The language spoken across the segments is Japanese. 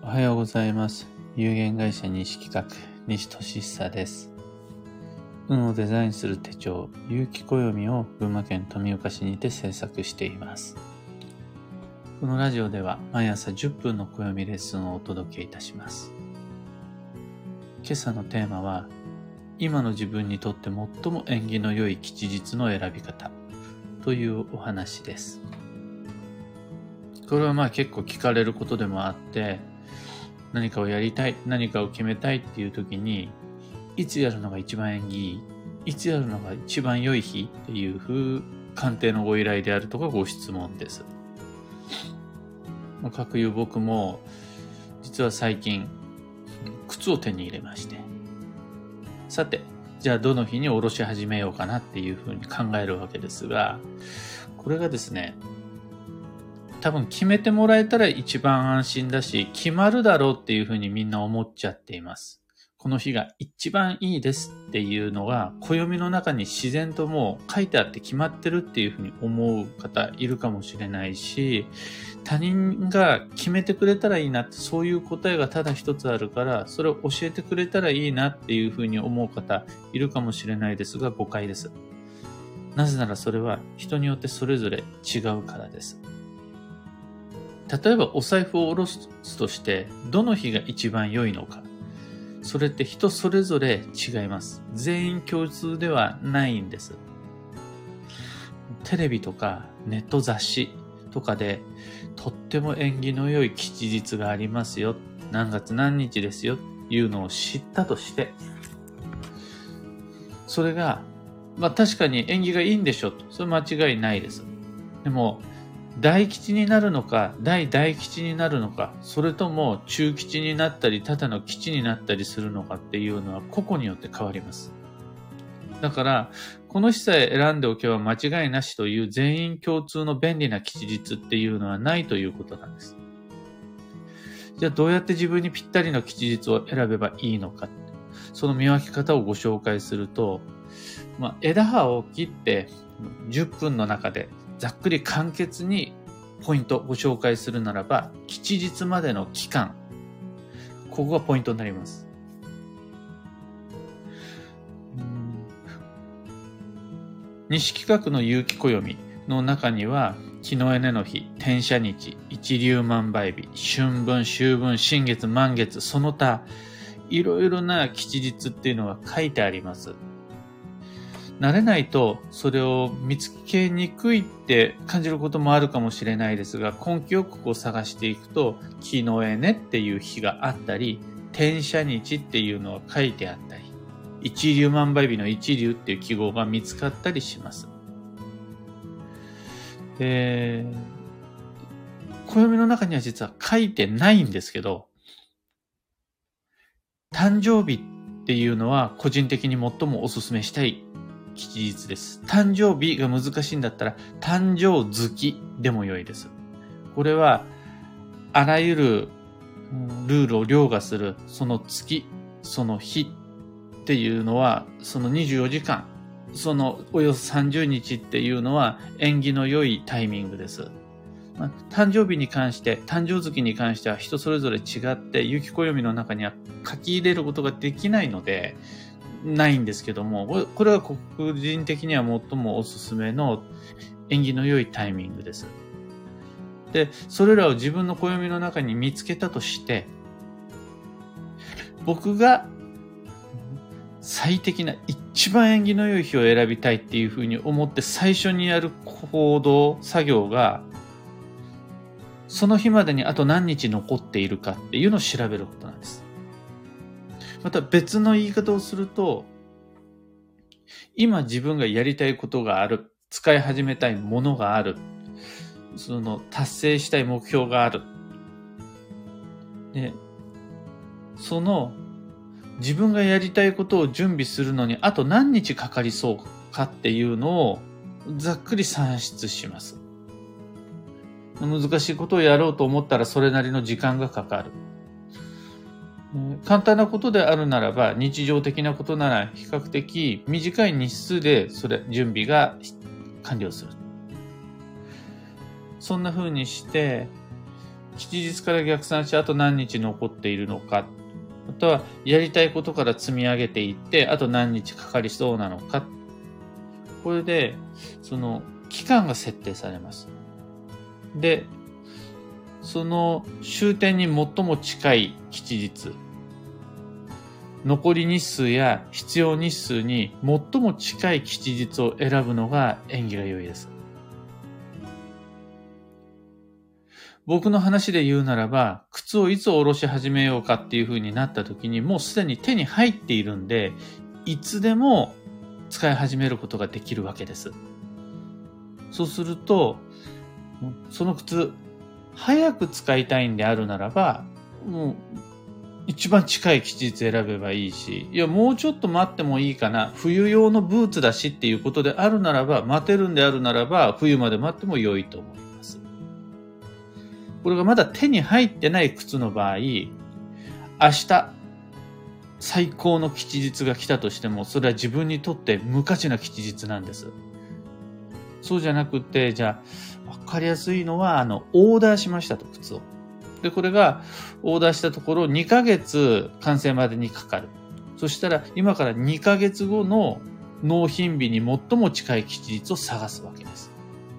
おはようございます。有限会社西企画、西俊久です。運をデザインする手帳、有機暦を群馬県富岡市にて制作しています。このラジオでは毎朝10分の暦レッスンをお届けいたします。今朝のテーマは、今の自分にとって最も縁起の良い吉日の選び方というお話です。これは結構聞かれることでもあって、何かをやりたい、何かを決めたいっていう時に、いつやるのが一番縁起いい、いつやるのが一番良い日っていう鑑定のご依頼であるとかご質問です。かくいう僕も、実は最近、靴を手に入れまして、さて、じゃあどの日に下ろし始めようかなっていうふうに考えるわけですが、これがですね、多分決めてもらえたら一番安心だし、決まるだろうっていうふうにみんな思っちゃっています。この日が一番いいですっていうのが、暦の中に自然ともう書いてあって決まってるっていうふうに思う方いるかもしれないし、他人が決めてくれたらいいなって、そういう答えがただ一つあるから、それを教えてくれたらいいなっていうふうに思う方いるかもしれないですが、誤解です。なぜならそれは人によってそれぞれ違うからです。例えばお財布を下ろすとして、どの日が一番良いのか。それって人それぞれ違います。全員共通ではないんです。テレビとかネット雑誌とかで、とっても縁起の良い吉日がありますよ。何月何日ですよ。いうのを知ったとして、それが、確かに縁起がいいんでしょと。それ間違いないです。でも、大吉になるのか、大吉になるのか、それとも中吉になったり、ただの吉になったりするのかっていうのは個々によって変わります。だから、この日さえ選んでおけば間違いなしという全員共通の便利な吉日っていうのはないということなんです。じゃあどうやって自分にぴったりの吉日を選べばいいのか、その見分け方をご紹介すると、枝葉を切って10分の中でざっくり簡潔にポイントをご紹介するならば、吉日までの期間、ここがポイントになります。西企画の有機暦の中には、木のエネの日、天赦日、一粒万倍日、春分、秋分、新月、満月、その他、いろいろな吉日っていうのが書いてあります。慣れないとそれを見つけにくいって感じることもあるかもしれないですが、根気よく探していくと、木のエネっていう日があったり、天赦日っていうのが書いてあったり、一粒万倍日の一粒っていう記号が見つかったりします。で、暦の中には実は書いてないんですけど、誕生日っていうのは個人的に最もお勧めしたい吉日です。誕生日が難しいんだったら、誕生月でも良いです。これは、あらゆるルールを凌駕する、その月、その日っていうのは、その24時間、そのおよそ30日っていうのは縁起の良いタイミングです。誕生日に関して、誕生月に関しては人それぞれ違って、有機暦の中には書き入れることができないので、ないんですけども、これは個人的には最もおすすめの縁起の良いタイミングです。で、それらを自分の暦の中に見つけたとして、僕が最適な一番縁起の良い日を選びたいっていうふうに思って最初にやる行動、作業が、その日までにあと何日残っているかっていうのを調べることなんです。また別の言い方をすると、今自分がやりたいことがある、使い始めたいものがある、その達成したい目標がある。で、その自分がやりたいことを準備するのにあと何日かかりそうかっていうのをざっくり算出します。難しいことをやろうと思ったらそれなりの時間がかかる。簡単なことであるならば、日常的なことなら比較的短い日数で準備が完了する。そんな風にして、 吉日から逆算してあと何日残っているのか、あとはやりたいことから積み上げていってあと何日かかりそうなのか、これでその期間が設定されます。で、その終点に最も近い吉日、残り日数や必要日数に最も近い吉日を選ぶのが縁起が良いです。僕の話で言うならば、靴をいつ下ろし始めようかっていう風になった時にもうすでに手に入っているんで、いつでも使い始めることができるわけです。そうすると、その靴、早く使いたいんであるならば、もう一番近い吉日選べばいいし、いや、もうちょっと待ってもいいかな。冬用のブーツだしっていうことであるならば、待てるんであるならば、冬まで待っても良いと思います。これがまだ手に入ってない靴の場合、明日、最高の吉日が来たとしても、それは自分にとって無価値な吉日なんです。そうじゃなくて、じゃあ、わかりやすいのは、オーダーしましたと、靴を。で、これがオーダーしたところ2ヶ月完成までにかかる。そしたら今から2ヶ月後の納品日に最も近い吉日を探すわけです。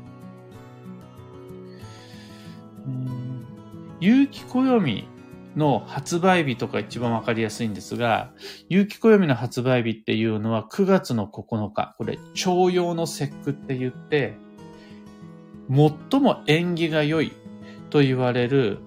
有機暦の発売日とか一番わかりやすいんですが、有機暦の発売日っていうのは9月の9日。これ、重陽の節句って言って、最も縁起が良いと言われる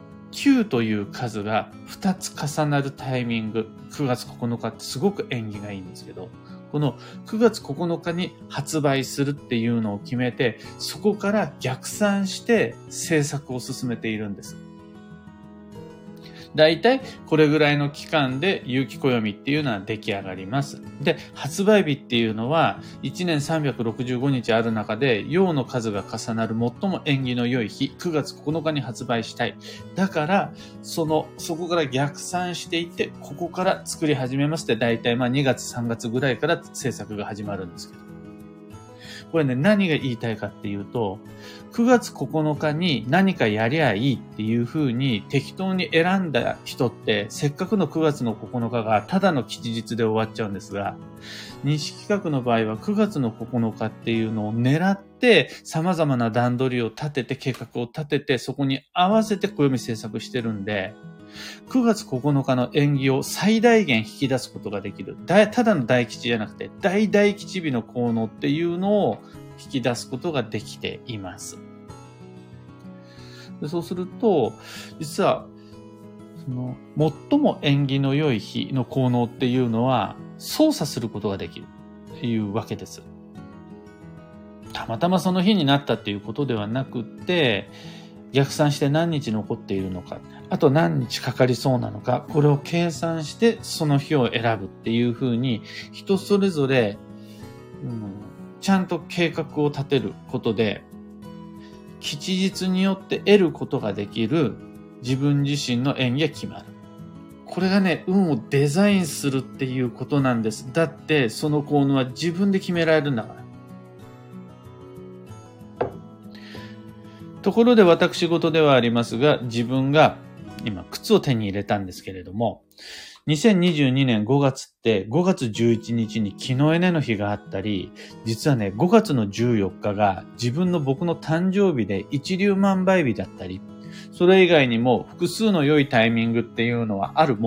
9という数が2つ重なるタイミング、9月9日ってすごく縁起がいいんですけど、この9月9日に発売するっていうのを決めて、そこから逆算して制作を進めているんです。だいたいこれぐらいの期間で有機暦っていうのは出来上がります。で、発売日っていうのは1年365日ある中で陽の数が重なる最も縁起の良い日、9月9日に発売したい。だから、そこから逆算していって、ここから作り始めますって、だいたい2月3月ぐらいから制作が始まるんですけど。これね、何が言いたいかっていうと、9月9日に何かやりゃいいっていう風に適当に選んだ人って、せっかくの9月の9日がただの吉日で終わっちゃうんですが、西企画の場合は9月の9日っていうのを狙って様々な段取りを立てて計画を立ててそこに合わせて暦制作してるんで、9月9日の縁起を最大限引き出すことができる。ただの大吉じゃなくて、大々吉日の効能っていうのを引き出すことができています。でそうすると、実は、最も縁起の良い日の効能っていうのは操作することができるというわけです。たまたまその日になったっていうことではなくて、逆算して何日残っているのか、あと何日かかりそうなのか、これを計算してその日を選ぶっていうふうに、人それぞれ、ちゃんと計画を立てることで、吉日によって得ることができる自分自身の縁起が決まる。これがね、運をデザインするっていうことなんです。だって、その効能は自分で決められるんだから。ところで私事ではありますが、自分が今靴を手に入れたんですけれども、2022年5月って5月11日に木のエネの日があったり、実はね、5月の14日が僕の誕生日で一粒万倍日だったり、それ以外にも複数の良いタイミングっていうのはあった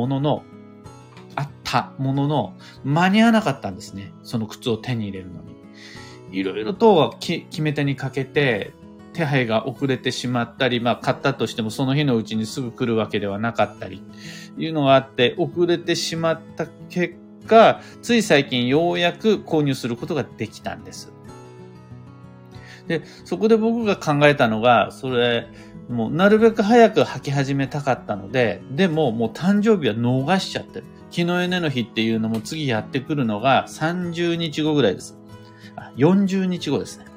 ものの、間に合わなかったんですね。その靴を手に入れるのに。いろいろと決め手にかけて、手配が遅れてしまったり、買ったとしてもその日のうちにすぐ来るわけではなかったり、いうのがあって、遅れてしまった結果、つい最近ようやく購入することができたんです。で、そこで僕が考えたのが、もうなるべく早く履き始めたかったので、でももう誕生日は逃しちゃってる。木のエネの日っていうのも次やってくるのが30日後ぐらいです。40日後ですね。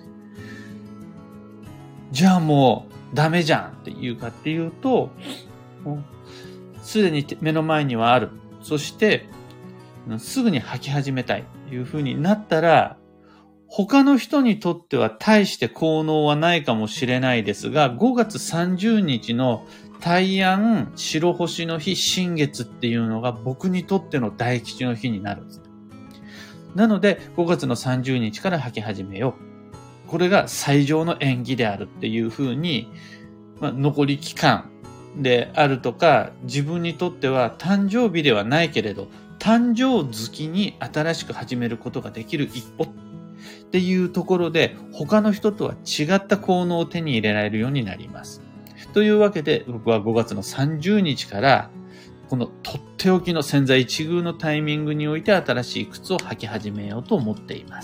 じゃあもうダメじゃんっていうかっていうと、すでに目の前にはある。そして、すぐに履き始めたいという風になったら、 他の人にとっては大して効能はないかもしれないですが、5月30日の大安白星の日新月っていうのが僕にとっての大吉の日になるんです。なので5月の30日から吐き始めよう。これが最上の縁起であるっていうふうに、残り期間であるとか、自分にとっては誕生日ではないけれど、誕生月に新しく始めることができる一歩っていうところで、他の人とは違った効能を手に入れられるようになります。というわけで、僕は5月の30日から、このとっておきの千載一遇のタイミングにおいて新しい靴を履き始めようと思っています。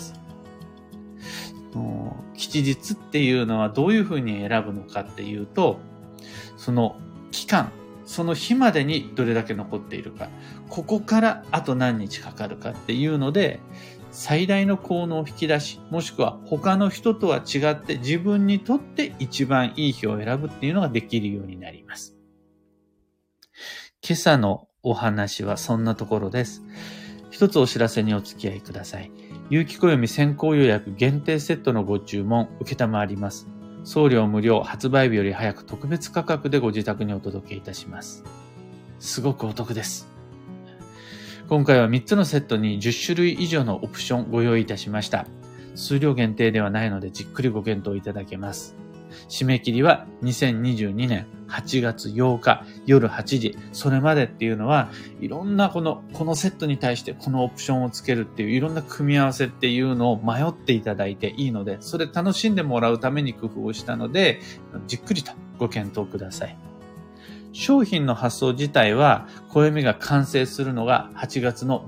吉日っていうのはどういうふうに選ぶのかっていうと、その期間、その日までにどれだけ残っているか、ここからあと何日かかるかっていうので、最大の効能を引き出し、もしくは他の人とは違って自分にとって一番いい日を選ぶっていうのができるようになります。今朝のお話はそんなところです。一つお知らせにお付き合いください。有機暦先行予約限定セットのご注文承ります。送料無料、発売日より早く特別価格でご自宅にお届けいたします。すごくお得です。今回は3つのセットに10種類以上のオプションご用意いたしました。数量限定ではないのでじっくりご検討いただけます。締め切りは2022年8月8日夜8時。それまでっていうのは、いろんなこのセットに対してこのオプションをつけるっていういろんな組み合わせっていうのを迷っていただいていいので、それ楽しんでもらうために工夫をしたので、じっくりとご検討ください。商品の発送自体は、暦が完成するのが8月の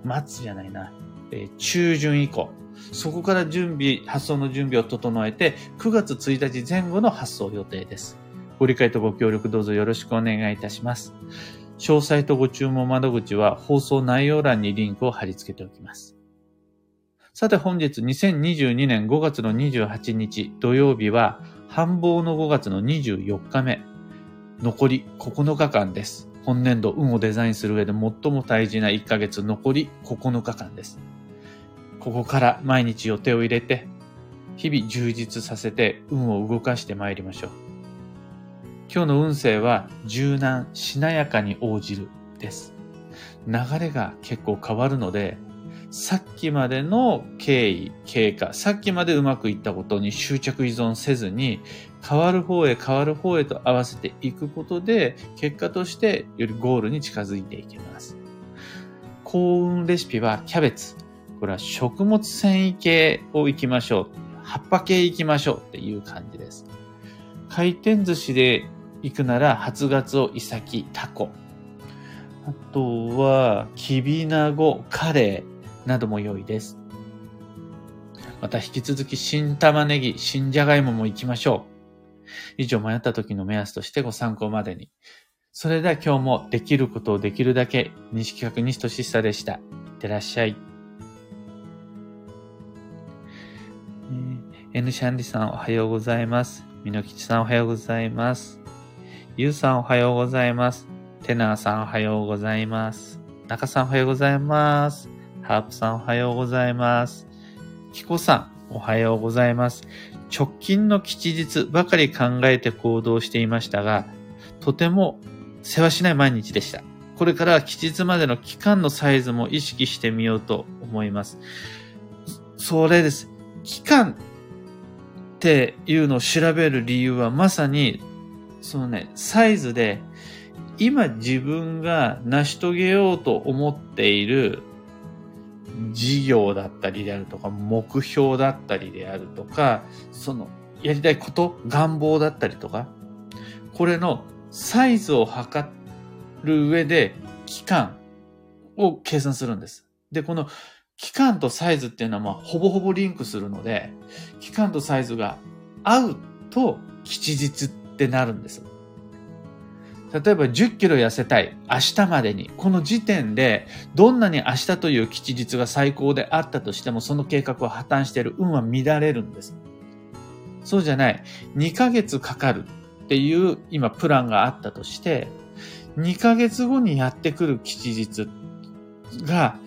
中旬以降。そこから発送の準備を整えて、9月1日前後の発送予定です。ご理解とご協力どうぞよろしくお願いいたします。詳細とご注文窓口は放送内容欄にリンクを貼り付けておきます。さて本日2022年5月の28日土曜日は、繁忙の5月の24日目。残り9日間です。本年度運をデザインする上で最も大事な1ヶ月残り9日間です。ここから毎日予定を入れて、日々充実させて運を動かしてまいりましょう。今日の運勢は柔軟、しなやかに応じるです。流れが結構変わるので、さっきまでの経緯、経過、さっきまでうまくいったことに執着依存せずに、変わる方へと合わせていくことで、結果としてよりゴールに近づいていきます。幸運レシピはキャベツ。これは食物繊維系を行きましょう。葉っぱ系行きましょうっていう感じです。回転寿司で行くなら初ガツオ、イサキ、タコ。あとは、きびなご、カレーなども良いです。また引き続き新玉ねぎ、新じゃがいもも行きましょう。以上迷った時の目安としてご参考までに。それでは今日もできることをできるだけ、西企画西俊久でした。いってらっしゃい。N シャンリさんおはようございます。みのきちさんおはようございます。ゆうさんおはようございます。テナーさんおはようございます。中さんおはようございます。ハープさんおはようございます。キコさんおはようございます。直近の吉日ばかり考えて行動していましたが、とても世話しない毎日でした。これからは吉日までの期間のサイズも意識してみようと思います。それです。期間っていうのを調べる理由はまさに、サイズで今自分が成し遂げようと思っている事業だったりであるとか、目標だったりであるとか、やりたいこと、願望だったりとか、これのサイズを測る上で期間を計算するんです。で、この期間とサイズっていうのはほぼほぼリンクするので、期間とサイズが合うと吉日ってなるんです。例えば10キロ痩せたい、明日までに。この時点で、どんなに明日という吉日が最高であったとしても、その計画は破綻している。運は乱れるんです。そうじゃない。2ヶ月かかるっていう今プランがあったとして、2ヶ月後にやってくる吉日が、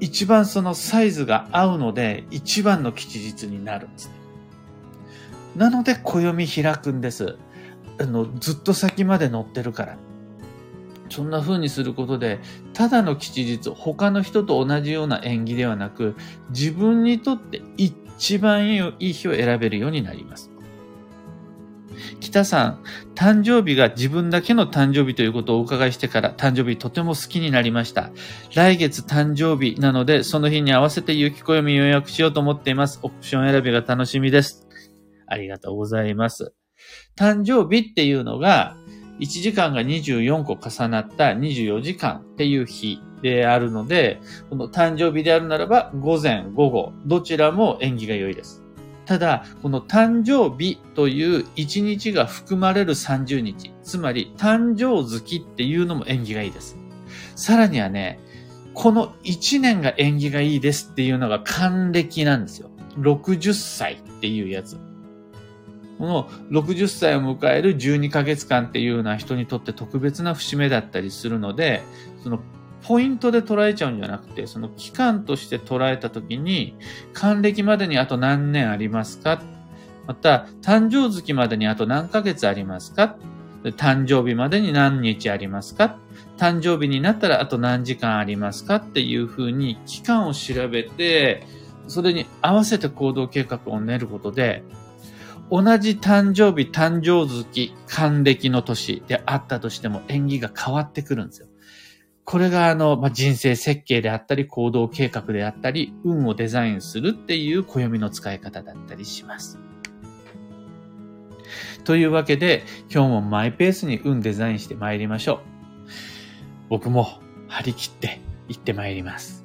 一番そのサイズが合うので、一番の吉日になるんですね。なので、暦開くんです。ずっと先まで載ってるから。そんな風にすることで、ただの吉日、他の人と同じような縁起ではなく、自分にとって一番いい日を選べるようになります。北さん、誕生日が自分だけの誕生日ということをお伺いしてから誕生日とても好きになりました。来月誕生日なので、その日に合わせて雪暦予約しようと思っています。オプション選びが楽しみです。ありがとうございます。誕生日っていうのが、1時間が24個重なった24時間っていう日であるので、この誕生日であるならば、午前、午後、どちらも縁起が良いです。ただ、この誕生日という1日が含まれる30日、つまり誕生月っていうのも縁起がいいです。さらにはね、この1年が縁起がいいですっていうのが還暦なんですよ。60歳っていうやつ。この60歳を迎える12ヶ月間っていうのは人にとって特別な節目だったりするので、そのポイントで捉えちゃうんじゃなくて、その期間として捉えたときに、還暦までにあと何年ありますか？また、誕生月までにあと何ヶ月ありますか？誕生日までに何日ありますか？誕生日になったらあと何時間ありますか？っていうふうに期間を調べて、それに合わせて行動計画を練ることで、同じ誕生日、誕生月、還暦の年であったとしても縁起が変わってくるんですよ。これが人生設計であったり、行動計画であったり、運をデザインするっていう暦の使い方だったりします。というわけで、今日もマイペースに運デザインして参りましょう。僕も張り切って行って参ります。